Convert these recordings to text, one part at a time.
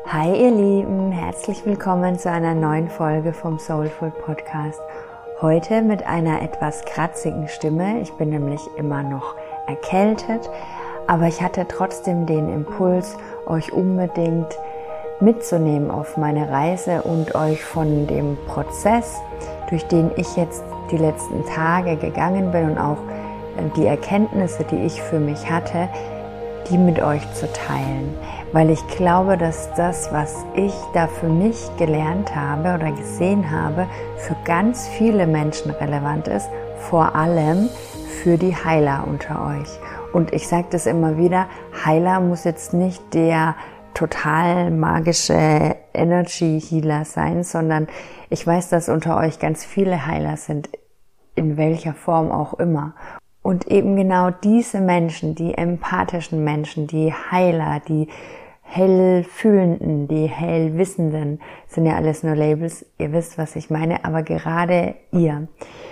Hi ihr Lieben, herzlich willkommen zu einer neuen Folge vom Soulful Podcast. Heute mit einer etwas kratzigen Stimme. Ich bin nämlich immer noch erkältet, aber ich hatte trotzdem den Impuls, euch unbedingt mitzunehmen auf meine Reise und euch von dem Prozess, durch den ich jetzt die letzten Tage gegangen bin und auch die Erkenntnisse, die ich für mich hatte, die mit euch zu teilen. Weil ich glaube, dass das, was ich da für mich gelernt habe oder gesehen habe, für ganz viele Menschen relevant ist, vor allem für die Heiler unter euch. Und ich sage das immer wieder, Heiler muss jetzt nicht der total magische Energy Healer sein, sondern ich weiß, dass unter euch ganz viele Heiler sind, in welcher Form auch immer. Und eben genau diese Menschen, die empathischen Menschen, die Heiler, die hellfühlenden, die hellwissenden, sind ja alles nur Labels, ihr wisst, was ich meine, aber gerade ihr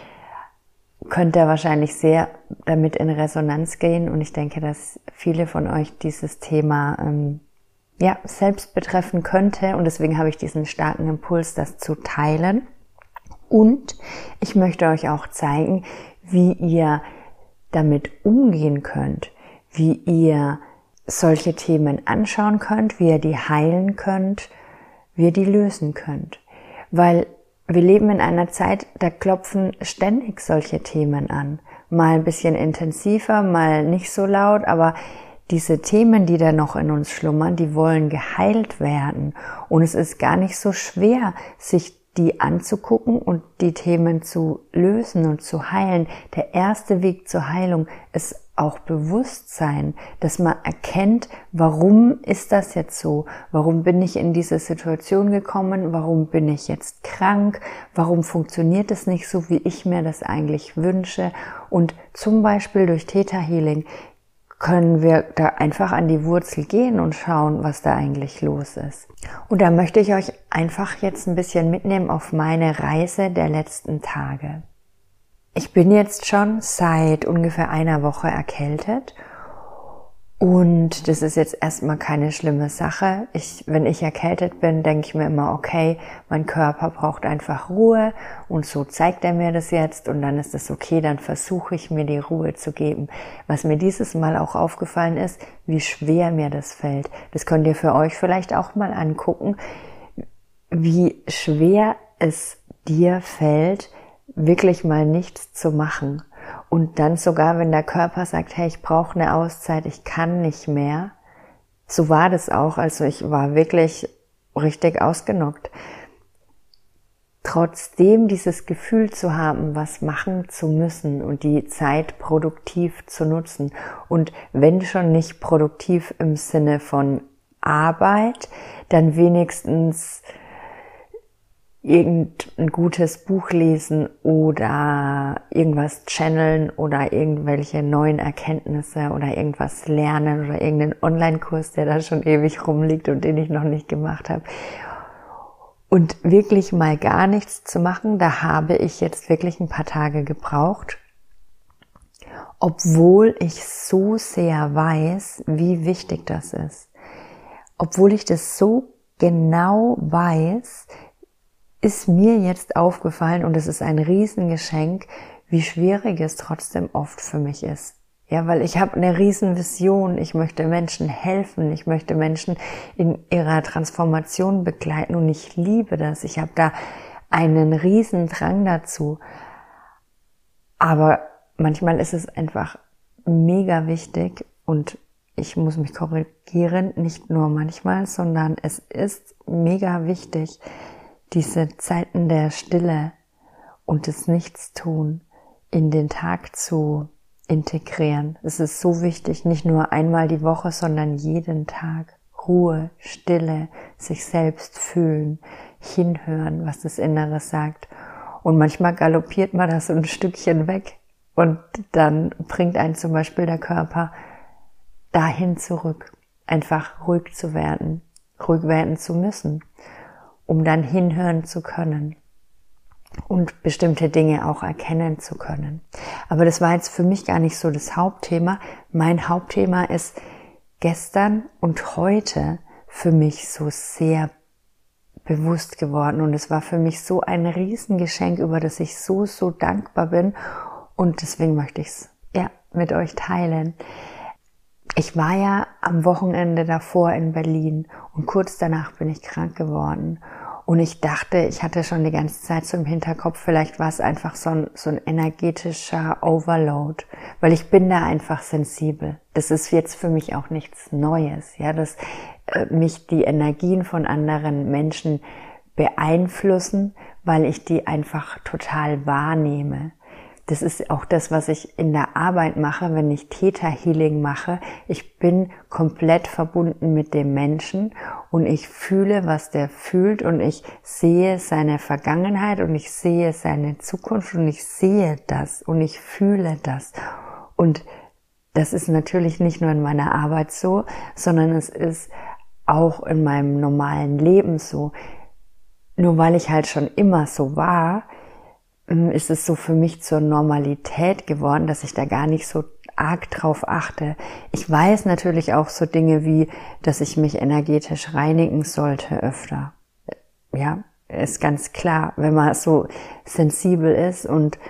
könnt da wahrscheinlich sehr damit in Resonanz gehen und ich denke, dass viele von euch dieses Thema selbst betreffen könnte und deswegen habe ich diesen starken Impuls, das zu teilen. Und ich möchte euch auch zeigen, wie ihr damit umgehen könnt, wie ihr solche Themen anschauen könnt, wie ihr die heilen könnt, wie ihr die lösen könnt. Weil wir leben in einer Zeit, da klopfen ständig solche Themen an. Mal ein bisschen intensiver, mal nicht so laut, aber diese Themen, die da noch in uns schlummern, die wollen geheilt werden. Und es ist gar nicht so schwer, sich die anzugucken und die Themen zu lösen und zu heilen. Der erste Weg zur Heilung ist auch Bewusstsein, dass man erkennt, warum ist das jetzt so? Warum bin ich in diese Situation gekommen? Warum bin ich jetzt krank? Warum funktioniert es nicht so, wie ich mir das eigentlich wünsche? Und zum Beispiel durch Theta Healing können wir da einfach an die Wurzel gehen und schauen, was da eigentlich los ist. Und da möchte ich euch einfach jetzt ein bisschen mitnehmen auf meine Reise der letzten Tage. Ich bin jetzt schon seit ungefähr einer Woche erkältet und das ist jetzt erstmal keine schlimme Sache. Wenn ich erkältet bin, denke ich mir immer, okay, mein Körper braucht einfach Ruhe und so zeigt er mir das jetzt und dann ist es okay, dann versuche ich mir die Ruhe zu geben. Was mir dieses Mal auch aufgefallen ist, wie schwer mir das fällt. Das könnt ihr für euch vielleicht auch mal angucken, wie schwer es dir fällt, wirklich mal nichts zu machen. Und dann sogar, wenn der Körper sagt, hey, ich brauche eine Auszeit, ich kann nicht mehr. So war das auch, also ich war wirklich richtig ausgenockt. Trotzdem dieses Gefühl zu haben, was machen zu müssen und die Zeit produktiv zu nutzen. Und wenn schon nicht produktiv im Sinne von Arbeit, dann wenigstens irgendein gutes Buch lesen oder irgendwas channeln oder irgendwelche neuen Erkenntnisse oder irgendwas lernen oder irgendeinen Online-Kurs, der da schon ewig rumliegt und den ich noch nicht gemacht habe. Und wirklich mal gar nichts zu machen, da habe ich jetzt wirklich ein paar Tage gebraucht, obwohl ich so sehr weiß, wie wichtig das ist. Obwohl ich das so genau weiß, ist mir jetzt aufgefallen und es ist ein Riesengeschenk, wie schwierig es trotzdem oft für mich ist. Ja, weil ich habe eine Riesenvision, ich möchte Menschen helfen, ich möchte Menschen in ihrer Transformation begleiten und ich liebe das. Ich habe da einen riesen Drang dazu. Aber manchmal ist es einfach mega wichtig und ich muss mich korrigieren, nicht nur manchmal, sondern es ist mega wichtig, diese Zeiten der Stille und des Nichtstun in den Tag zu integrieren. Es ist so wichtig, nicht nur einmal die Woche, sondern jeden Tag. Ruhe, Stille, sich selbst fühlen, hinhören, was das Innere sagt. Und manchmal galoppiert man das so ein Stückchen weg und dann bringt einen zum Beispiel der Körper dahin zurück, einfach ruhig zu werden zu müssen, um dann hinhören zu können und bestimmte Dinge auch erkennen zu können. Aber das war jetzt für mich gar nicht so das Hauptthema. Mein Hauptthema ist, gestern und heute für mich so sehr bewusst geworden und es war für mich so ein Riesengeschenk, über das ich so dankbar bin und deswegen möchte ich es mit euch teilen. Ich war ja am Wochenende davor in Berlin und kurz danach bin ich krank geworden. Und ich dachte, ich hatte schon die ganze Zeit so im Hinterkopf, vielleicht war es einfach so ein energetischer Overload, weil ich bin da einfach sensibel. Das ist jetzt für mich auch nichts Neues, ja, dass mich die Energien von anderen Menschen beeinflussen, weil ich die einfach total wahrnehme. Das ist auch das, was ich in der Arbeit mache, wenn ich Theta Healing mache. Ich bin komplett verbunden mit dem Menschen und ich fühle, was der fühlt und ich sehe seine Vergangenheit und ich sehe seine Zukunft und ich sehe das und ich fühle das. Und das ist natürlich nicht nur in meiner Arbeit so, sondern es ist auch in meinem normalen Leben so. Nur weil ich halt schon immer so war, ist es so für mich zur Normalität geworden, dass ich da gar nicht so arg drauf achte. Ich weiß natürlich auch so Dinge wie, dass ich mich energetisch reinigen sollte öfter. Ja, ist ganz klar, wenn man so sensibel ist und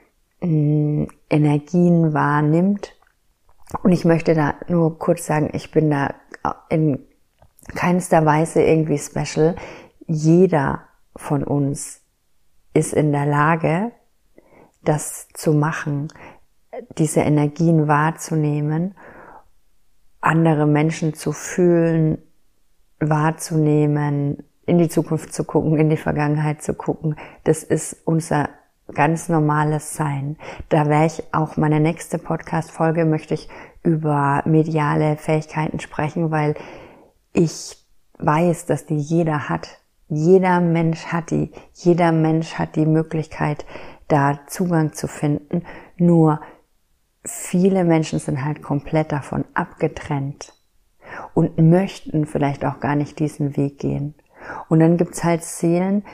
Energien wahrnimmt. Und ich möchte da nur kurz sagen, ich bin da in keinster Weise irgendwie special. Jeder von uns ist in der Lage, das zu machen, diese Energien wahrzunehmen, andere Menschen zu fühlen, wahrzunehmen, in die Zukunft zu gucken, in die Vergangenheit zu gucken. Das ist unser ganz normales Sein. Da wäre ich auch meine nächste Podcast-Folge, möchte ich über mediale Fähigkeiten sprechen, weil ich weiß, dass die jeder hat. Jeder Mensch hat die. Jeder Mensch hat die Möglichkeit, da Zugang zu finden. Nur viele Menschen sind halt komplett davon abgetrennt und möchten vielleicht auch gar nicht diesen Weg gehen. Und dann gibt's halt Seelen,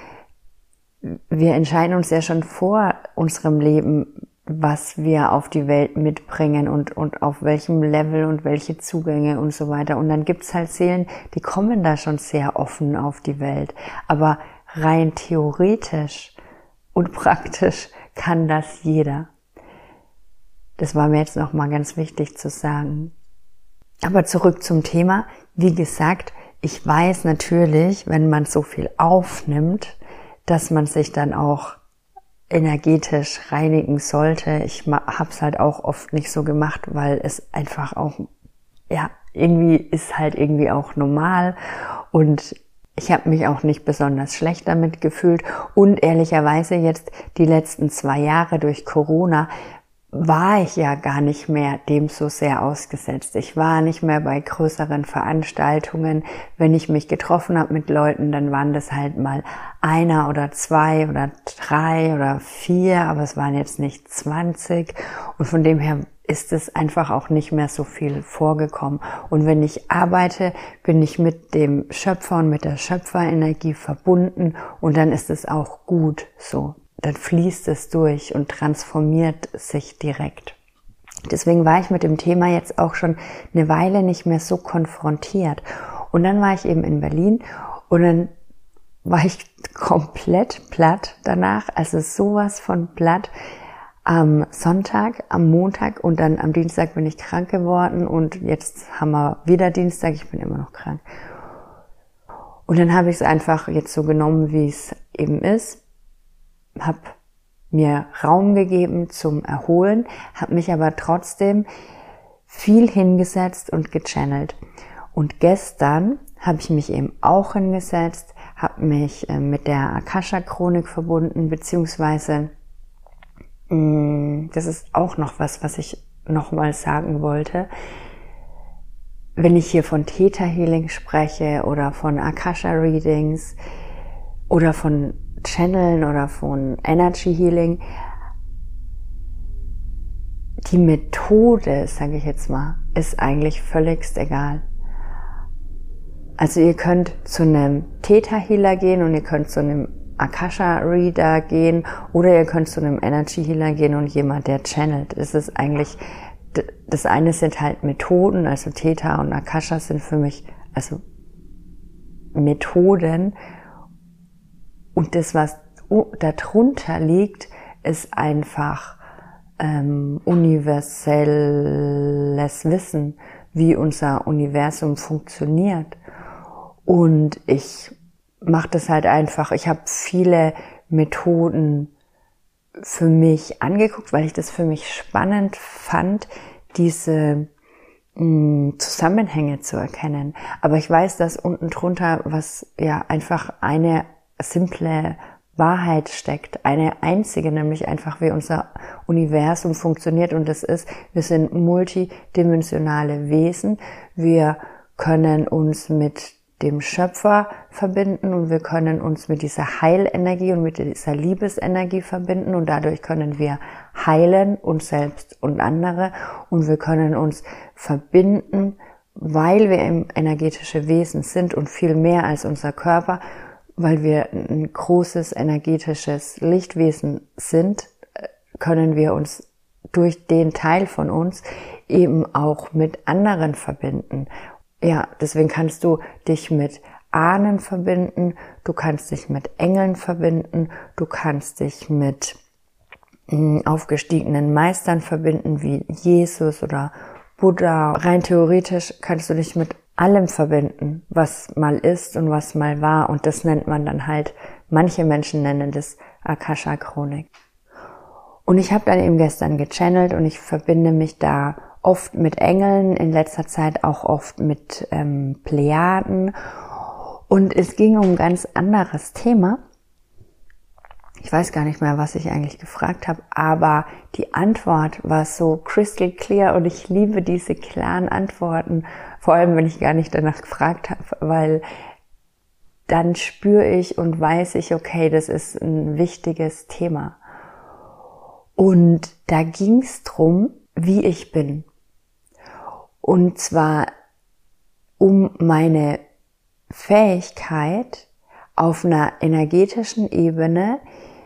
wir entscheiden uns ja schon vor unserem Leben, was wir auf die Welt mitbringen und auf welchem Level und welche Zugänge und so weiter. Und dann gibt's halt Seelen, die kommen da schon sehr offen auf die Welt. Aber rein theoretisch und praktisch kann das jeder. Das war mir jetzt nochmal ganz wichtig zu sagen. Aber zurück zum Thema. Wie gesagt, ich weiß natürlich, wenn man so viel aufnimmt, dass man sich dann auch energetisch reinigen sollte. Ich habe es halt auch oft nicht so gemacht, weil es einfach auch, irgendwie ist halt irgendwie auch normal und ich habe mich auch nicht besonders schlecht damit gefühlt und ehrlicherweise jetzt die letzten 2 Jahre durch Corona war ich ja gar nicht mehr dem so sehr ausgesetzt. Ich war nicht mehr bei größeren Veranstaltungen. Wenn ich mich getroffen habe mit Leuten, dann waren das halt mal 1 oder 2 oder 3 oder 4, aber es waren jetzt nicht 20. Und von dem her ist es einfach auch nicht mehr so viel vorgekommen. Und wenn ich arbeite, bin ich mit dem Schöpfer und mit der Schöpferenergie verbunden und dann ist es auch gut so. Dann fließt es durch und transformiert sich direkt. Deswegen war ich mit dem Thema jetzt auch schon eine Weile nicht mehr so konfrontiert. Und dann war ich eben in Berlin und dann war ich komplett platt danach, also sowas von platt. Am Sonntag, am Montag und dann am Dienstag bin ich krank geworden und jetzt haben wir wieder Dienstag, ich bin immer noch krank. Und dann habe ich es einfach jetzt so genommen, wie es eben ist. Habe mir Raum gegeben zum Erholen, habe mich aber trotzdem viel hingesetzt und gechannelt. Und gestern habe ich mich eben auch hingesetzt, habe mich mit der Akasha-Chronik verbunden, beziehungsweise das ist auch noch was ich nochmal sagen wollte. Wenn ich hier von Theta Healing spreche oder von Akasha Readings oder von Channeln oder von Energy Healing, die Methode, sage ich jetzt mal, ist eigentlich völligst egal. Also ihr könnt zu einem Theta Healer gehen und ihr könnt zu einem Akasha Reader gehen oder ihr könnt zu einem Energy Healer gehen und jemand, der channelt. Es ist eigentlich, das eine sind halt Methoden, also Theta und Akasha sind für mich, also Methoden. Und das, was darunter liegt, ist einfach universelles Wissen, wie unser Universum funktioniert. Und ich mache das halt einfach. Ich habe viele Methoden für mich angeguckt, weil ich das für mich spannend fand, diese Zusammenhänge zu erkennen. Aber ich weiß, dass unten drunter was ja einfach eine simple Wahrheit steckt, eine einzige, nämlich einfach wie unser Universum funktioniert, und das ist, wir sind multidimensionale Wesen, wir können uns mit dem Schöpfer verbinden und wir können uns mit dieser Heilenergie und mit dieser Liebesenergie verbinden, und dadurch können wir heilen, uns selbst und andere, und wir können uns verbinden, weil wir energetische Wesen sind und viel mehr als unser Körper, weil wir ein großes energetisches Lichtwesen sind, können wir uns durch den Teil von uns eben auch mit anderen verbinden. Ja, deswegen kannst du dich mit Ahnen verbinden, du kannst dich mit Engeln verbinden, du kannst dich mit aufgestiegenen Meistern verbinden, wie Jesus oder Buddha. Rein theoretisch kannst du dich mit allem verbinden, was mal ist und was mal war, und das nennt man dann halt, manche Menschen nennen das Akasha-Chronik. Und ich habe dann eben gestern gechannelt und ich verbinde mich da oft mit Engeln, in letzter Zeit auch oft mit Plejaden, und es ging um ein ganz anderes Thema. Ich weiß gar nicht mehr, was ich eigentlich gefragt habe, aber die Antwort war so crystal clear, und ich liebe diese klaren Antworten, vor allem wenn ich gar nicht danach gefragt habe, weil dann spüre ich und weiß ich, okay, das ist ein wichtiges Thema. Und da ging es drum, wie ich bin. Und zwar um meine Fähigkeit auf einer energetischen Ebene,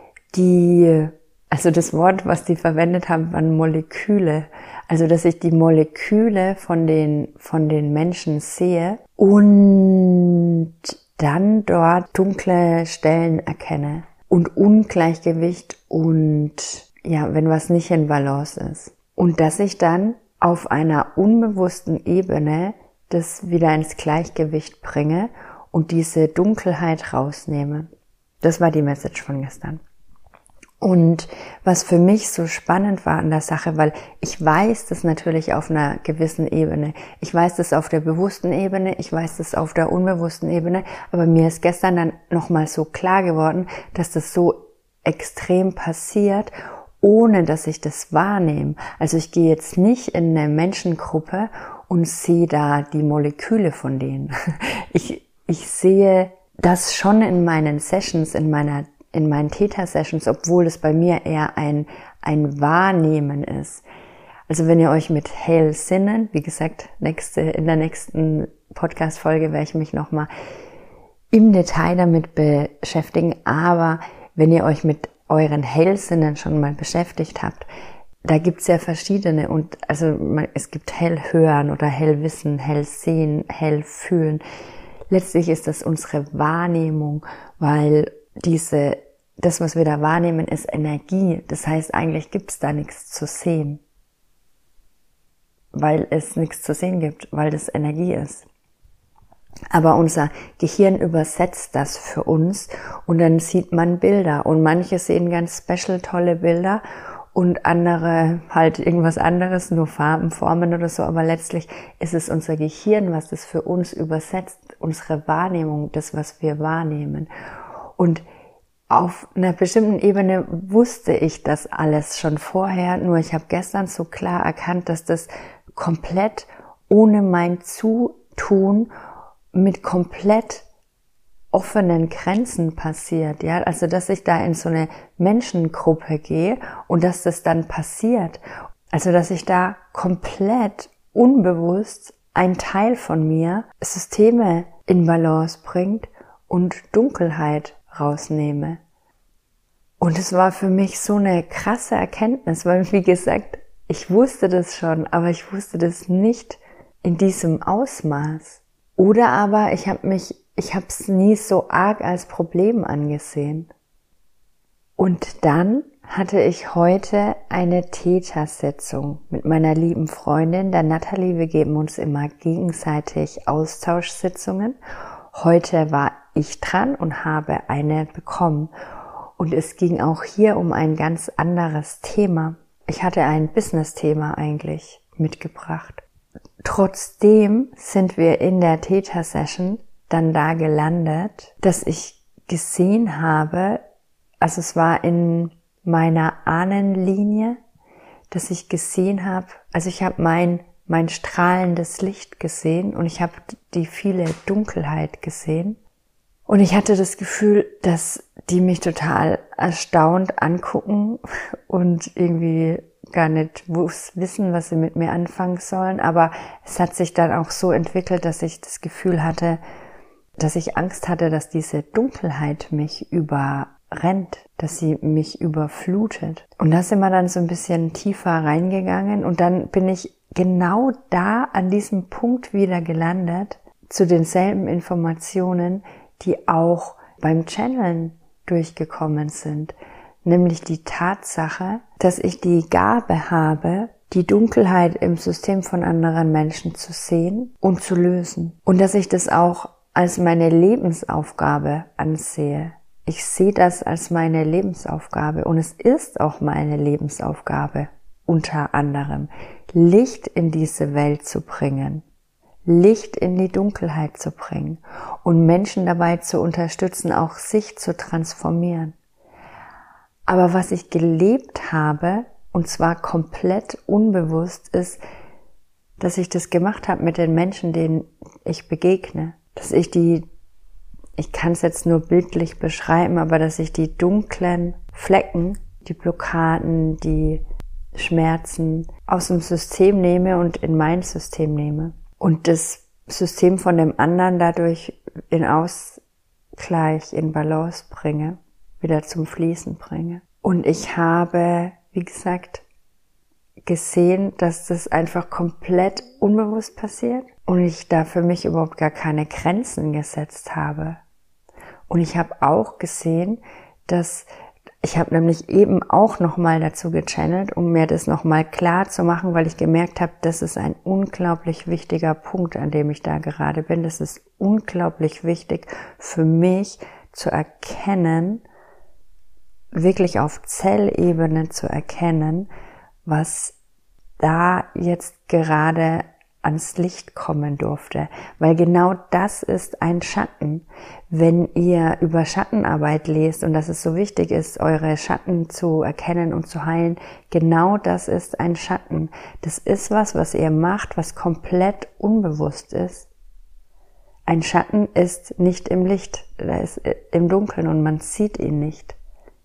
also das Wort, was die verwendet haben, waren Moleküle. Also, dass ich die Moleküle von den Menschen sehe und dann dort dunkle Stellen erkenne und Ungleichgewicht und ja, wenn was nicht in Balance ist. Und dass ich dann auf einer unbewussten Ebene das wieder ins Gleichgewicht bringe und diese Dunkelheit rausnehme. Das war die Message von gestern. Und was für mich so spannend war an der Sache, weil ich weiß das natürlich auf einer gewissen Ebene. Ich weiß das auf der bewussten Ebene, ich weiß das auf der unbewussten Ebene, aber mir ist gestern dann nochmal so klar geworden, dass das so extrem passiert, ohne dass ich das wahrnehme. Also ich gehe jetzt nicht in eine Menschengruppe und sehe da die Moleküle von denen. Ich sehe das schon in meinen Sessions, in meinen Theta-Sessions, obwohl es bei mir eher ein Wahrnehmen ist. Also wenn ihr euch mit Hellsinnen, wie gesagt, in der nächsten Podcast-Folge werde ich mich nochmal im Detail damit beschäftigen, aber wenn ihr euch mit euren Hellsinnen schon mal beschäftigt habt, da gibt's ja verschiedene, und also es gibt Hellhören oder Hellwissen, Hellsehen, Hellfühlen. Letztlich ist das unsere Wahrnehmung, weil das, was wir da wahrnehmen, ist Energie. Das heißt, eigentlich gibt's da nichts zu sehen, weil es nichts zu sehen gibt, weil das Energie ist. Aber unser Gehirn übersetzt das für uns und dann sieht man Bilder, und manche sehen ganz special tolle Bilder und andere halt irgendwas anderes, nur Farben, Formen oder so, aber letztlich ist es unser Gehirn, was das für uns übersetzt, unsere Wahrnehmung, das, was wir wahrnehmen. Und auf einer bestimmten Ebene wusste ich das alles schon vorher, nur ich habe gestern so klar erkannt, dass das komplett ohne mein Zutun mit komplett offenen Grenzen passiert, ja, also dass ich da in so eine Menschengruppe gehe und dass das dann passiert, also dass ich da komplett unbewusst ein Teil von mir Systeme in Balance bringt und Dunkelheit rausnehme. Und es war für mich so eine krasse Erkenntnis, weil, wie gesagt, ich wusste das schon, aber ich wusste das nicht in diesem Ausmaß. Oder aber ich habe mich ich habe es nie so arg als Problem angesehen. Und dann hatte ich heute eine Theta-Sitzung mit meiner lieben Freundin, der Nathalie. Wir geben uns immer gegenseitig Austauschsitzungen. Heute war ich dran und habe eine bekommen. Und es ging auch hier um ein ganz anderes Thema. Ich hatte ein Business-Thema eigentlich mitgebracht. Trotzdem sind wir in der Theta-Session dann da gelandet, dass ich gesehen habe, also es war in meiner Ahnenlinie, dass ich gesehen habe, also ich habe mein strahlendes Licht gesehen und ich habe die viele Dunkelheit gesehen. Und ich hatte das Gefühl, dass die mich total erstaunt angucken und irgendwie gar nicht wissen, was sie mit mir anfangen sollen. Aber es hat sich dann auch so entwickelt, dass ich das Gefühl hatte, dass ich Angst hatte, dass diese Dunkelheit mich überrennt, dass sie mich überflutet. Und da sind wir dann so ein bisschen tiefer reingegangen und dann bin ich genau da an diesem Punkt wieder gelandet, zu denselben Informationen, die auch beim Channeln durchgekommen sind. Nämlich die Tatsache, dass ich die Gabe habe, die Dunkelheit im System von anderen Menschen zu sehen und zu lösen. Und dass ich das auch als meine Lebensaufgabe ansehe. Ich sehe das als meine Lebensaufgabe und es ist auch meine Lebensaufgabe, unter anderem Licht in diese Welt zu bringen, Licht in die Dunkelheit zu bringen und Menschen dabei zu unterstützen, auch sich zu transformieren. Aber was ich gelebt habe, und zwar komplett unbewusst, ist, dass ich das gemacht habe mit den Menschen, denen ich begegne. Dass ich kann es jetzt nur bildlich beschreiben, aber dass ich die dunklen Flecken, die Blockaden, die Schmerzen aus dem System nehme und in mein System nehme. Und das System von dem anderen dadurch in Ausgleich, in Balance bringe, wieder zum Fließen bringe. Und ich habe, wie gesagt, gesehen, dass das einfach komplett unbewusst passiert und ich da für mich überhaupt gar keine Grenzen gesetzt habe. Und ich habe auch gesehen, dass ich habe nämlich eben auch nochmal dazu gechannelt, um mir das nochmal klar zu machen, weil ich gemerkt habe, das ist ein unglaublich wichtiger Punkt, an dem ich da gerade bin. Das ist unglaublich wichtig für mich zu erkennen, wirklich auf Zellebene zu erkennen, was da jetzt gerade ans Licht kommen durfte. Weil genau das ist ein Schatten. Wenn ihr über Schattenarbeit lest und dass es so wichtig ist, eure Schatten zu erkennen und zu heilen, genau das ist ein Schatten. Das ist was ihr macht, was komplett unbewusst ist. Ein Schatten ist nicht im Licht, er ist im Dunkeln und man sieht ihn nicht.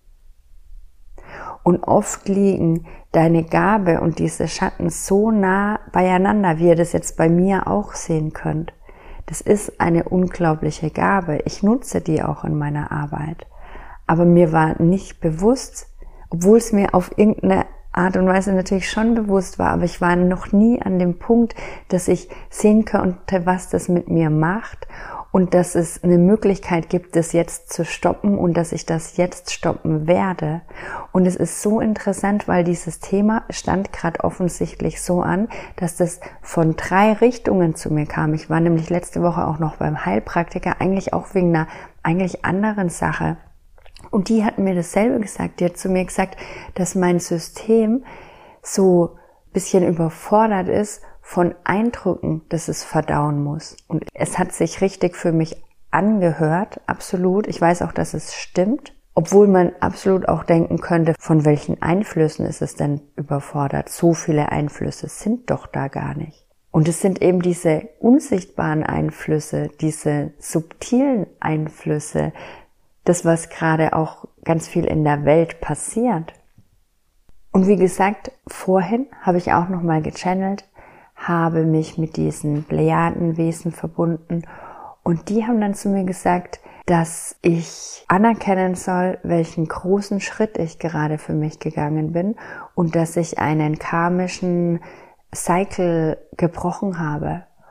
Und oft liegen deine Gabe und diese Schatten so nah beieinander, wie ihr das jetzt bei mir auch sehen könnt. Das ist eine unglaubliche Gabe. Ich nutze die auch in meiner Arbeit. Aber mir war nicht bewusst, obwohl es mir auf irgendeine Art und Weise natürlich schon bewusst war, aber ich war noch nie an dem Punkt, dass ich sehen konnte, was das mit mir macht und dass es eine Möglichkeit gibt, das jetzt zu stoppen und dass ich das jetzt stoppen werde. Und es ist so interessant, weil dieses Thema stand gerade offensichtlich so an, dass das von 3 Richtungen zu mir kam. Ich war nämlich letzte Woche auch noch beim Heilpraktiker, eigentlich auch wegen einer eigentlich anderen Sache. Und die hat mir dasselbe gesagt. Die hat zu mir gesagt, dass mein System so ein bisschen überfordert ist von Eindrücken, dass es verdauen muss. Und es hat sich richtig für mich angehört, absolut. Ich weiß auch, dass es stimmt. Obwohl man absolut auch denken könnte, von welchen Einflüssen ist es denn überfordert? So viele Einflüsse sind doch da gar nicht. Und es sind eben diese unsichtbaren Einflüsse, diese subtilen Einflüsse, das, was gerade auch ganz viel in der Welt passiert. Und wie gesagt, vorhin habe ich auch nochmal gechannelt, habe mich mit diesen Plejadenwesen verbunden und die haben dann zu mir gesagt, dass ich anerkennen soll, welchen großen Schritt ich gerade für mich gegangen bin und dass ich einen karmischen Cycle gebrochen habe.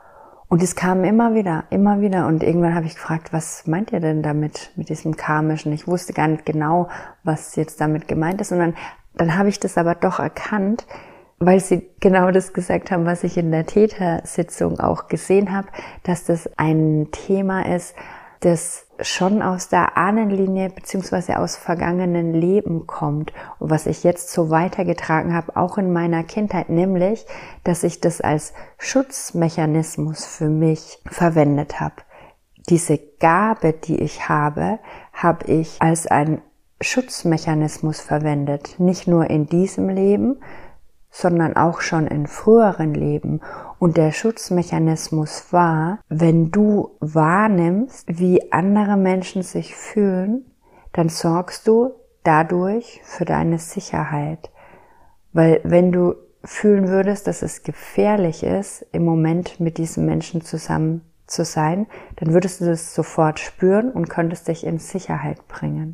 Und es kam immer wieder. Und irgendwann habe ich gefragt, was meint ihr denn damit, mit diesem Karmischen? Ich wusste gar nicht genau, was jetzt damit gemeint ist. Und dann habe ich das aber doch erkannt, weil sie genau das gesagt haben, was ich in der Tätersitzung auch gesehen habe, dass das ein Thema ist, das schon aus der Ahnenlinie beziehungsweise aus vergangenen Leben kommt und was ich jetzt so weitergetragen habe, auch in meiner Kindheit, nämlich, dass ich das als Schutzmechanismus für mich verwendet habe. Diese Gabe, die ich habe ich als ein Schutzmechanismus verwendet, nicht nur in diesem Leben, sondern auch schon in früheren Leben. Und der Schutzmechanismus war, wenn du wahrnimmst, wie andere Menschen sich fühlen, dann sorgst du dadurch für deine Sicherheit. Weil wenn du fühlen würdest, dass es gefährlich ist, im Moment mit diesen Menschen zusammen zu sein, dann würdest du das sofort spüren und könntest dich in Sicherheit bringen.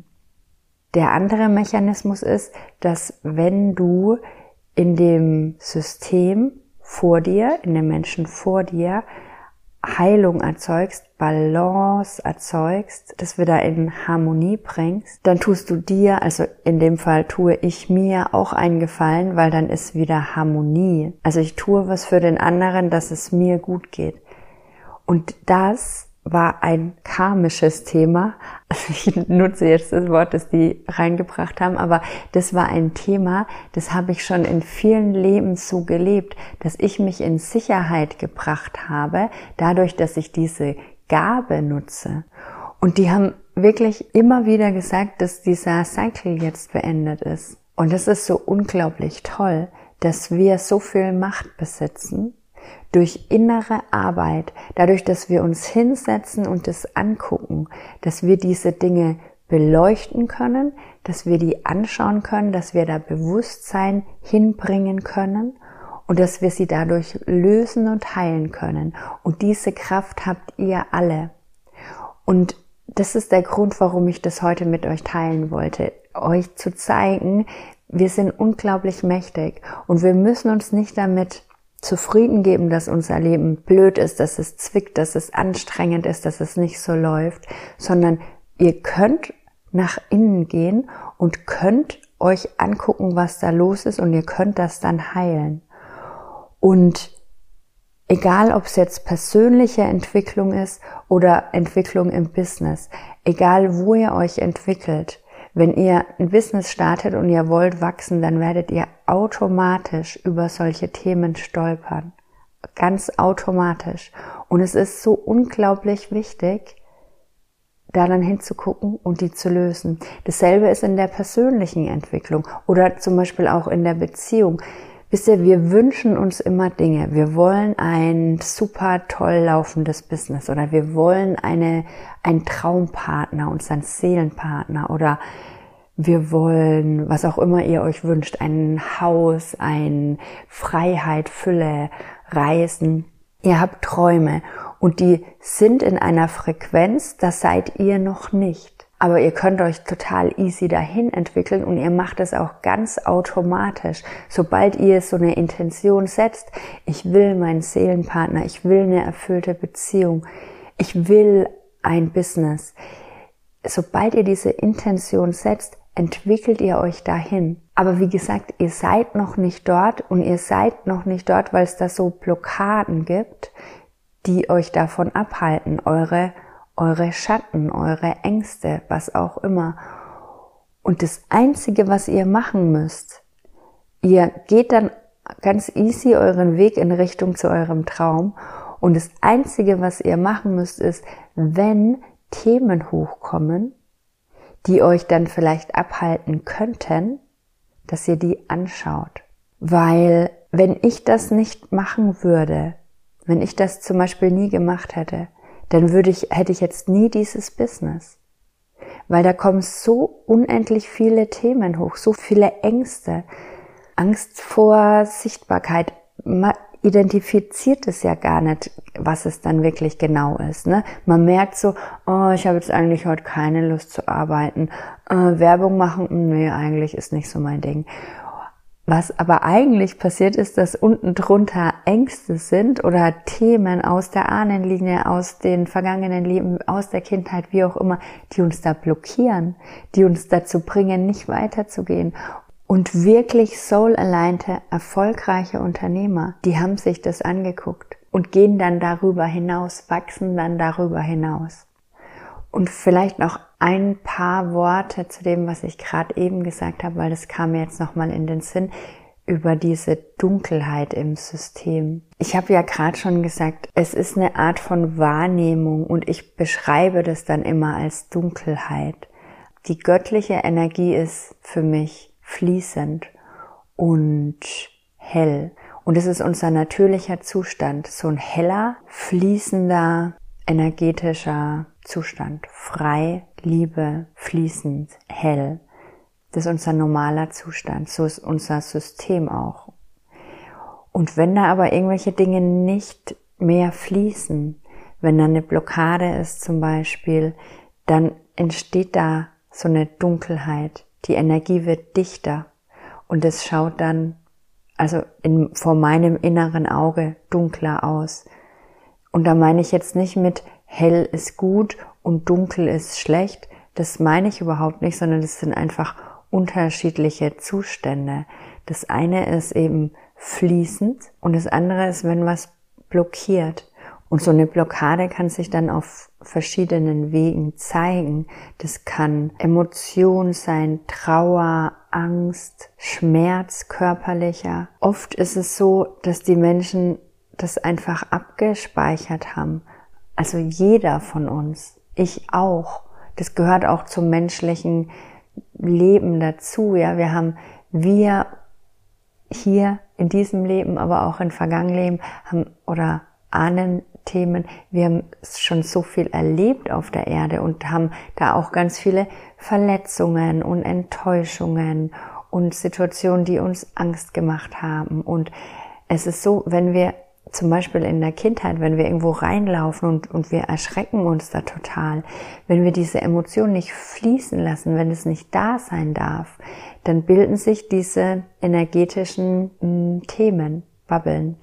Der andere Mechanismus ist, dass wenn du in dem System vor dir, in den Menschen vor dir, Heilung erzeugst, Balance erzeugst, das wieder in Harmonie bringst, dann tust du dir, also in dem Fall tue ich mir auch einen Gefallen, weil dann ist wieder Harmonie. Also ich tue was für den anderen, dass es mir gut geht. Und das war ein karmisches Thema. Also ich nutze jetzt das Wort, das die reingebracht haben, aber das war ein Thema, das habe ich schon in vielen Leben so gelebt, dass ich mich in Sicherheit gebracht habe, dadurch, dass ich diese Gabe nutze. Und die haben wirklich immer wieder gesagt, dass dieser Cycle jetzt beendet ist. Und das ist so unglaublich toll, dass wir so viel Macht besitzen, durch innere Arbeit, dadurch, dass wir uns hinsetzen und das angucken, dass wir diese Dinge beleuchten können, dass wir die anschauen können, dass wir da Bewusstsein hinbringen können und dass wir sie dadurch lösen und heilen können. Und diese Kraft habt ihr alle. Und das ist der Grund, warum ich das heute mit euch teilen wollte, euch zu zeigen, wir sind unglaublich mächtig und wir müssen uns nicht damit zufrieden geben, dass unser Leben blöd ist, dass es zwickt, dass es anstrengend ist, dass es nicht so läuft, sondern ihr könnt nach innen gehen und könnt euch angucken, was da los ist und ihr könnt das dann heilen. Und egal, ob es jetzt persönliche Entwicklung ist oder Entwicklung im Business, egal wo ihr euch entwickelt, wenn ihr ein Business startet und ihr wollt wachsen, dann werdet ihr automatisch über solche Themen stolpern. Ganz automatisch. Und es ist so unglaublich wichtig, da dann hinzugucken und die zu lösen. Dasselbe ist in der persönlichen Entwicklung oder zum Beispiel auch in der Beziehung. Wisst ihr, wir wünschen uns immer Dinge. Wir wollen ein super toll laufendes Business oder wir wollen einen Traumpartner, unseren Seelenpartner oder wir wollen, was auch immer ihr euch wünscht, ein Haus, ein Freiheit, Fülle, Reisen. Ihr habt Träume und die sind in einer Frequenz, das seid ihr noch nicht. Aber ihr könnt euch total easy dahin entwickeln und ihr macht es auch ganz automatisch. Sobald ihr so eine Intention setzt, ich will meinen Seelenpartner, ich will eine erfüllte Beziehung, ich will ein Business. Sobald ihr diese Intention setzt, entwickelt ihr euch dahin. Aber wie gesagt, ihr seid noch nicht dort und ihr seid noch nicht dort, weil es da so Blockaden gibt, die euch davon abhalten, eure Schatten, eure Ängste, was auch immer. Und das Einzige, was ihr machen müsst, ihr geht dann ganz easy euren Weg in Richtung zu eurem Traum und das Einzige, was ihr machen müsst, ist, wenn Themen hochkommen, die euch dann vielleicht abhalten könnten, dass ihr die anschaut. Weil wenn ich das nicht machen würde, wenn ich das zum Beispiel nie gemacht hätte, dann hätte ich jetzt nie dieses Business. Weil da kommen so unendlich viele Themen hoch, so viele Ängste. Angst vor Sichtbarkeit. Man identifiziert es ja gar nicht, was es dann wirklich genau ist. Ne? Man merkt so, oh, ich habe jetzt eigentlich heute keine Lust zu arbeiten. Werbung machen, nee, eigentlich ist nicht so mein Ding. Was aber eigentlich passiert ist, dass unten drunter Ängste sind oder Themen aus der Ahnenlinie, aus den vergangenen Leben, aus der Kindheit, wie auch immer, die uns da blockieren, die uns dazu bringen, nicht weiterzugehen. Und wirklich soul-alignte, erfolgreiche Unternehmer, die haben sich das angeguckt und gehen dann darüber hinaus, wachsen dann darüber hinaus. Und vielleicht noch ein paar Worte zu dem, was ich gerade eben gesagt habe, weil das kam mir jetzt nochmal in den Sinn, über diese Dunkelheit im System. Ich habe ja gerade schon gesagt, es ist eine Art von Wahrnehmung und ich beschreibe das dann immer als Dunkelheit. Die göttliche Energie ist für mich fließend und hell. Und es ist unser natürlicher Zustand, so ein heller, fließender, energetischer Zustand, frei, Liebe, fließend, hell. Das ist unser normaler Zustand, so ist unser System auch. Und wenn da aber irgendwelche Dinge nicht mehr fließen, wenn da eine Blockade ist zum Beispiel, dann entsteht da so eine Dunkelheit. Die Energie wird dichter und es schaut dann, also vor meinem inneren Auge, dunkler aus. Und da meine ich jetzt nicht mit hell ist gut und dunkel ist schlecht, das meine ich überhaupt nicht, sondern das sind einfach unterschiedliche Zustände. Das eine ist eben fließend und das andere ist, wenn was blockiert. Und so eine Blockade kann sich dann auf verschiedenen Wegen zeigen. Das kann Emotion sein, Trauer, Angst, Schmerz körperlicher. Oft ist es so, dass die Menschen das einfach abgespeichert haben. Also jeder von uns, ich auch. Das gehört auch zum menschlichen Leben dazu. Ja, wir hier in diesem Leben, aber auch in vergangenen Leben haben oder Ahnenthemen, wir haben schon so viel erlebt auf der Erde und haben da auch ganz viele Verletzungen und Enttäuschungen und Situationen, die uns Angst gemacht haben. Und es ist so, wenn wir zum Beispiel in der Kindheit, wenn wir irgendwo reinlaufen und wir erschrecken uns da total, wenn wir diese Emotionen nicht fließen lassen, wenn es nicht da sein darf, dann bilden sich diese energetischen Themen, Bubbeln.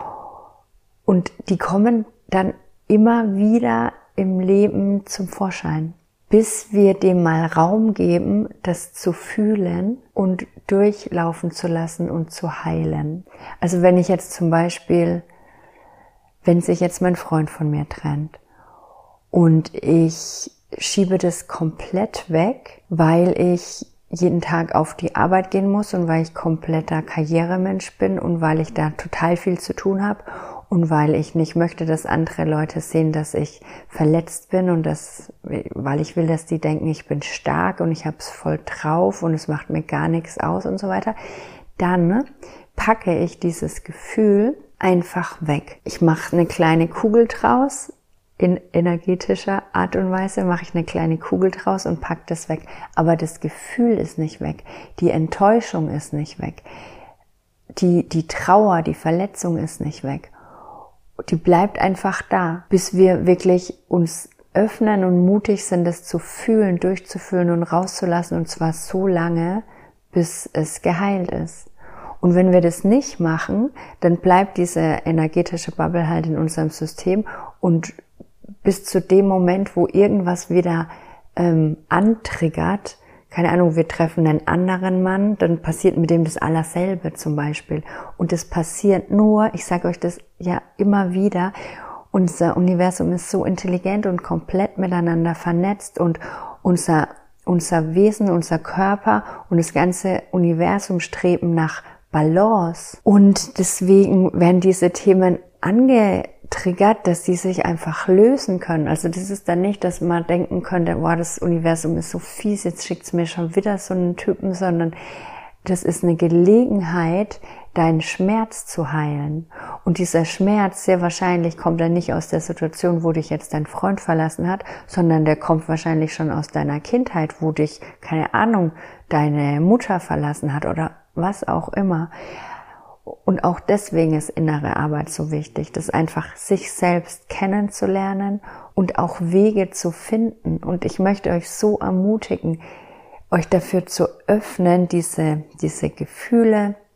Und die kommen dann immer wieder im Leben zum Vorschein, bis wir dem mal Raum geben, das zu fühlen und durchlaufen zu lassen und zu heilen. Also wenn ich jetzt zum Beispiel, wenn sich jetzt mein Freund von mir trennt und ich schiebe das komplett weg, weil ich jeden Tag auf die Arbeit gehen muss und weil ich kompletter Karrieremensch bin und weil ich da total viel zu tun habe und weil ich nicht möchte, dass andere Leute sehen, dass ich verletzt bin und weil ich will, dass die denken, ich bin stark und ich habe es voll drauf und es macht mir gar nichts aus und so weiter, dann packe ich dieses Gefühl einfach weg. Ich mache eine kleine Kugel draus, in energetischer Art und Weise mache ich eine kleine Kugel draus und pack das weg. Aber das Gefühl ist nicht weg, die Enttäuschung ist nicht weg, die Trauer, die Verletzung ist nicht weg. Die bleibt einfach da, bis wir wirklich uns öffnen und mutig sind, das zu fühlen, durchzufühlen und rauszulassen, und zwar so lange, bis es geheilt ist. Und wenn wir das nicht machen, dann bleibt diese energetische Bubble halt in unserem System und bis zu dem Moment, wo irgendwas wieder antriggert, keine Ahnung, wir treffen einen anderen Mann, dann passiert mit dem das Allerselbe zum Beispiel. Und das passiert nur, ich sage euch das ja immer wieder, unser Universum ist so intelligent und komplett miteinander vernetzt und unser Wesen, unser Körper und das ganze Universum streben nach Balance. Und deswegen werden diese Themen angetriggert, dass die sich einfach lösen können. Also das ist dann nicht, dass man denken könnte, wow, das Universum ist so fies, jetzt schickt es mir schon wieder so einen Typen, sondern das ist eine Gelegenheit, deinen Schmerz zu heilen. Und dieser Schmerz, sehr wahrscheinlich, kommt dann nicht aus der Situation, wo dich jetzt dein Freund verlassen hat, sondern der kommt wahrscheinlich schon aus deiner Kindheit, wo dich, keine Ahnung, deine Mutter verlassen hat oder was auch immer. Und auch deswegen ist innere Arbeit so wichtig, das einfach sich selbst kennenzulernen und auch Wege zu finden. Und ich möchte euch so ermutigen, euch dafür zu öffnen, diese Gefühle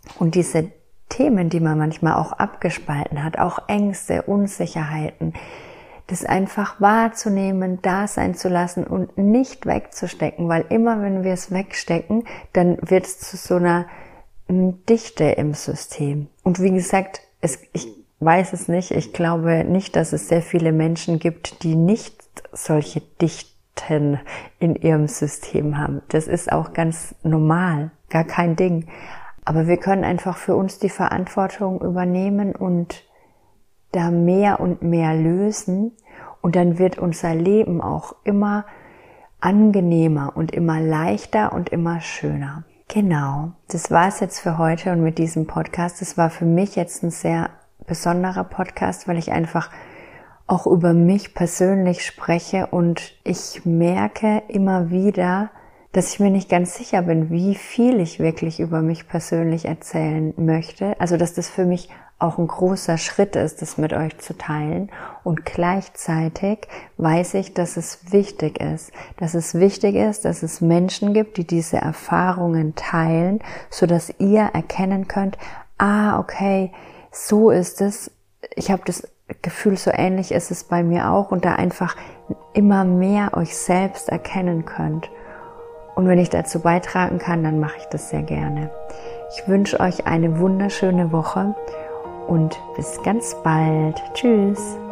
Und diese Themen, die man manchmal auch abgespalten hat, auch Ängste, Unsicherheiten, das einfach wahrzunehmen, da sein zu lassen und nicht wegzustecken, weil immer wenn wir es wegstecken, dann wird es zu so einer Dichte im System. Und wie gesagt, ich weiß es nicht, ich glaube nicht, dass es sehr viele Menschen gibt, die nicht solche Dichten in ihrem System haben. Das ist auch ganz normal, gar kein Ding. Aber wir können einfach für uns die Verantwortung übernehmen und da mehr und mehr lösen. Und dann wird unser Leben auch immer angenehmer und immer leichter und immer schöner. Genau, das war es jetzt für heute und mit diesem Podcast. Das war für mich jetzt ein sehr besonderer Podcast, weil ich einfach auch über mich persönlich spreche und ich merke immer wieder, dass ich mir nicht ganz sicher bin, wie viel ich wirklich über mich persönlich erzählen möchte. Also, dass das für mich auch ein großer Schritt ist, das mit euch zu teilen. Und gleichzeitig weiß ich, dass es wichtig ist. Dass es Menschen gibt, die diese Erfahrungen teilen, sodass ihr erkennen könnt, okay, so ist es. Ich habe das Gefühl, so ähnlich ist es bei mir auch. Und da einfach immer mehr euch selbst erkennen könnt. Und wenn ich dazu beitragen kann, dann mache ich das sehr gerne. Ich wünsche euch eine wunderschöne Woche und bis ganz bald. Tschüss.